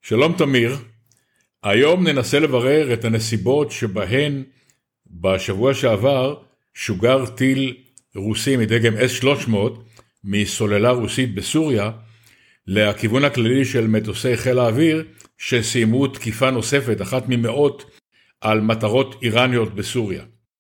שלום תמיר, היום ננסה לברר את הנסיבות שבהן בשבוע שעבר שוגר טיל רוסי מדגם S-300 מסוללה רוסית בסוריה לכיוון הכללי של מטוסי חיל האוויר שסיימו תקיפה נוספת, אחת ממאות, על מטרות איראניות בסוריה.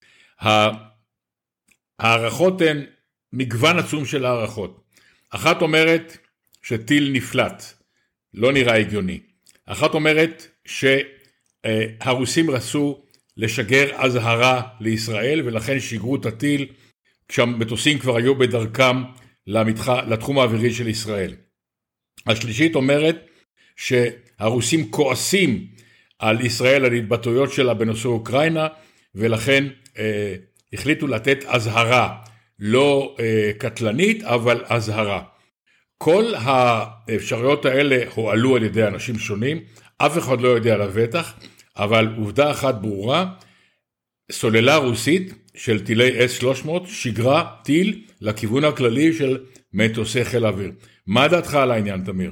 הערכות הן מגוון עצום של הערכות. אחת אומרת שטיל נפלט, לא נראה הגיוני. אחת אומרת שהרוסים רצו לשגר אזהרה לישראל ולכן שיגרו את הטיל כשהמטוסים כבר היו בדרכם לתחום האווירי של ישראל. השלישית אומרת שהרוסים כועסים על ישראל על התבטאויות שלה בנושא אוקראינה ולכן החליטו לתת אזהרה, לא קטלנית אבל אזהרה. כל האפשרויות האלה הועלו על ידי אנשים שונים, אף אחד לא יודע לבטח, אבל עובדה אחת ברורה, סוללה רוסית של טילי S-300 שיגרה טיל לכיוון הכללי של מטוסי חיל האוויר. מה דעתך על העניין, תמיר?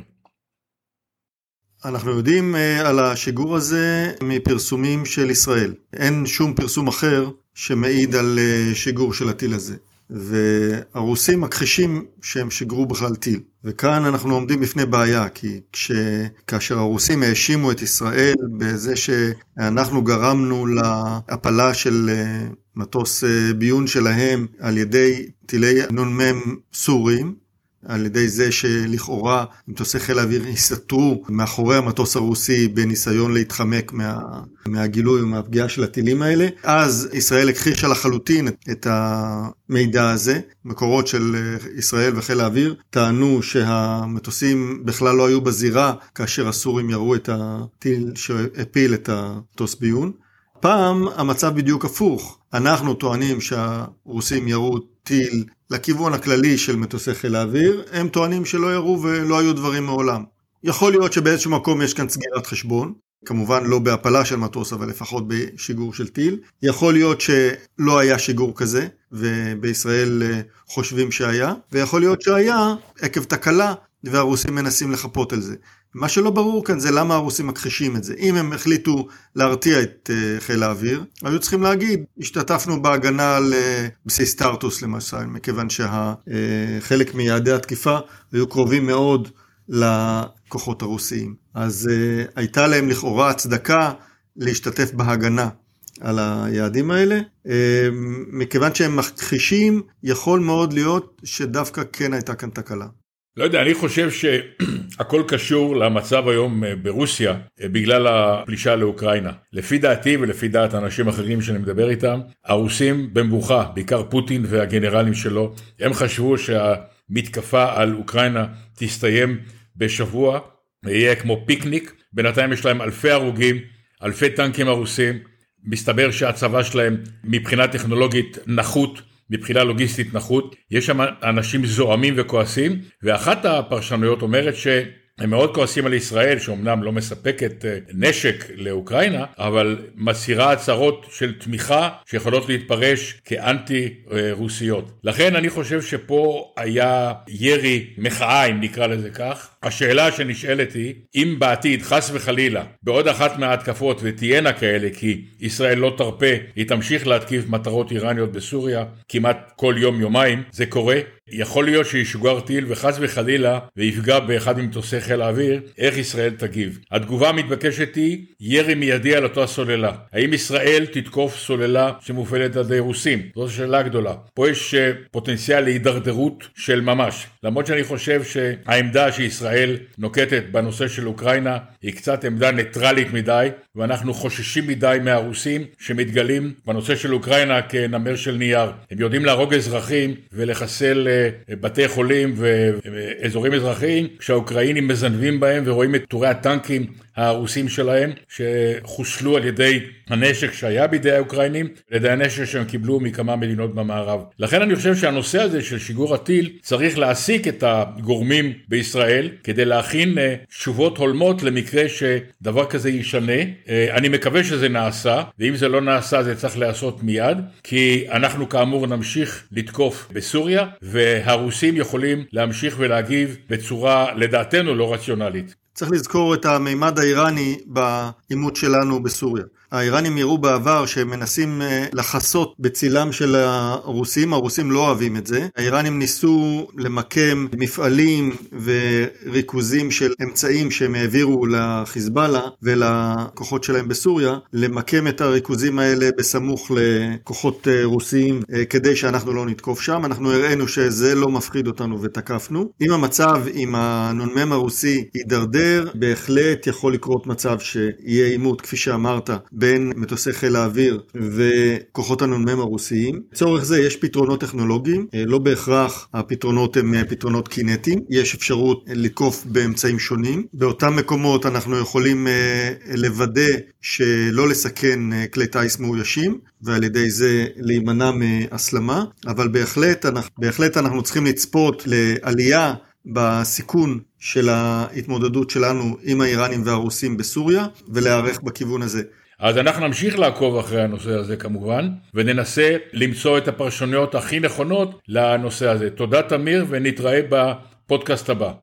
אנחנו יודעים על השיגור הזה מפרסומים של ישראל. אין שום פרסום אחר שמעיד על שיגור של הטיל הזה. והרוסים מכחישים שהם שיגרו בכלל טיל. וכאן אנחנו עומדים בפני בעיה, כי כאשר הרוסים האשימו את ישראל בזה שאנחנו גרמנו להפלה של מטוס ביון שלהם על ידי טילי נ"מ סורים, על ידי זה שלכאורה מטוסי חיל האוויר הסתתרו מאחורי המטוס הרוסי בניסיון להתחמק מהגילוי ומהפגיעה של הטילים האלה. אז ישראל הכחישה לחלוטין את המידע הזה. מקורות של ישראל וחיל האוויר טענו שהמטוסים בכלל לא היו בזירה כאשר הסורים ירו את הטיל שהפיל את המטוס ביון. פעם המצב בדיוק הפוך. אנחנו טוענים שהרוסים ירו טיל לכיוון הכללי של מטוסי חיל האוויר, הם טוענים שלא ירו ולא היו דברים מעולם. יכול להיות שבאיזשהו מקום יש כאן סגירת חשבון, כמובן לא בהפלה של מטוס, אבל לפחות בשיגור של טיל. יכול להיות שלא היה שיגור כזה, ובישראל חושבים שהיה, ויכול להיות שהיה עקב תקלה, והרוסים מנסים לחפות על זה. מה שלא ברור כאן זה למה הרוסים מכחישים את זה. אם הם החליטו להרתיע את חיל האוויר, היו צריכים להגיד, השתתפנו בהגנה על בסיס טרטוס למשל, מכיוון שחלק מיעדי התקיפה היו קרובים מאוד לכוחות הרוסיים. אז הייתה להם לכאורה הצדקה להשתתף בהגנה על היעדים האלה. מכיוון שהם מכחישים, יכול מאוד להיות שדווקא כן הייתה כאן תקלה. לא יודע, אני חושב שהכל קשור למצב היום ברוסיה בגלל הפלישה לאוקראינה. לפי דעתי ולפי דעת אנשים אחרים שאני מדבר איתם, הרוסים במבוכה, בעיקר פוטין והגנרלים שלו, הם חשבו שהמתקפה על אוקראינה תסתיים בשבוע, יהיה כמו פיקניק, בינתיים יש להם אלפי הרוגים, אלפי טנקים הרוסים, מסתבר שהצבא שלהם מבחינה טכנולוגית נחות, מבחינה לוגיסטית נחות, יש שם אנשים זועמים וכועסים, ואחת הפרשנויות אומרת הם מאוד כועסים על ישראל, שאומנם לא מספקת נשק לאוקראינה, אבל מצהירה הצהרות של תמיכה שיכולות להתפרש כאנטי רוסיות. לכן אני חושב שפה היה ירי מחאה, אם נקרא לזה כך. השאלה שנשאלת היא, אם בעתיד חס וחלילה, בעוד אחת מההתקפות ותהיינה כאלה, כי ישראל לא תרפה, היא תמשיך להתקיף מטרות איראניות בסוריה, כמעט כל יום יומיים, זה קורה. יכול להיות שישוגר טיל וחס וחלילה ויפגע באחד ממטוסי חיל האוויר, איך ישראל תגיב? התגובה המתבקשת היא ירי מיידי על אותה סוללה. האם ישראל תתקוף סוללה שמופעלת על ידי רוסים? זו שאלה גדולה. פה יש פוטנציאל להידרדרות של ממש. למרות שאני חושב שהעמדה שישראל נוקטת בנושא של אוקראינה היא קצת עמדה ניטרלית מדי, ואנחנו חוששים מדי מהרוסים שמתגלים בנושא של אוקראינה כנמר של נייר. הם יודעים להרוג אזרחים ולחסל בתי חולים ואזורים אזרחיים, כשהאוקראינים מזנבים בהם ורואים את תורי הטנקים הרוסים שלהם שחושלו על ידי הנשק שהיה בידי האוקראינים, לידי הנשק שהם קיבלו מכמה מדינות במערב. לכן אני חושב שהנושא הזה של שיגור הטיל צריך להעסיק את הגורמים בישראל כדי להכין תשובות הולמות למקרה שדבר כזה ישנה. אני מקווה שזה נעשה, ואם זה לא נעשה זה צריך לעשות מיד, כי אנחנו כאמור נמשיך לתקוף בסוריה, והרוסים יכולים להמשיך ולהגיב בצורה לדעתנו לא רציונלית. צריך לזכור את המימד האיראני בעימות שלנו בסוריה. האיראנים יראו בעבר שהם מנסים לחסות בצילם של הרוסים לא אוהבים את זה. האיראנים ניסו למקם מפעלים וריכוזים של אמצעים שהם העבירו לחיזבאללה ולכוחות שלהם בסוריה, למקם את הריכוזים האלה בסמוך לכוחות רוסיים כדי שאנחנו לא נתקוף שם. אנחנו הראינו שזה לא מפחיד אותנו ותקפנו. אם המצב עם הנ"מ הרוסי יידרדר, בהחלט יכול לקרות מצב שיהיה עימות, כפי שאמרת, בין מטוסי חיל האוויר וכוחות הנ"מ הרוסיים. לצורך זה יש פתרונות טכנולוגיים, לא בהכרח הפתרונות הם פתרונות קינטיים, יש אפשרות לתקוף באמצעים שונים. באותם מקומות אנחנו יכולים לוודא שלא לסכן כלי טייס מאוישים, ועל ידי זה להימנע מהסלמה, אבל בהחלט אנחנו צריכים לצפות לעלייה בסיכון של ההתמודדות שלנו עם האיראנים והרוסים בסוריה, ולהיערך בכיוון הזה. אז אנחנו נמשיך לעקוב אחרי הנושא הזה כמובן, וננסה למצוא את הפרשנויות הכי נכונות לנושא הזה. תודה תמיר, ונתראה בפודקאסט הבא.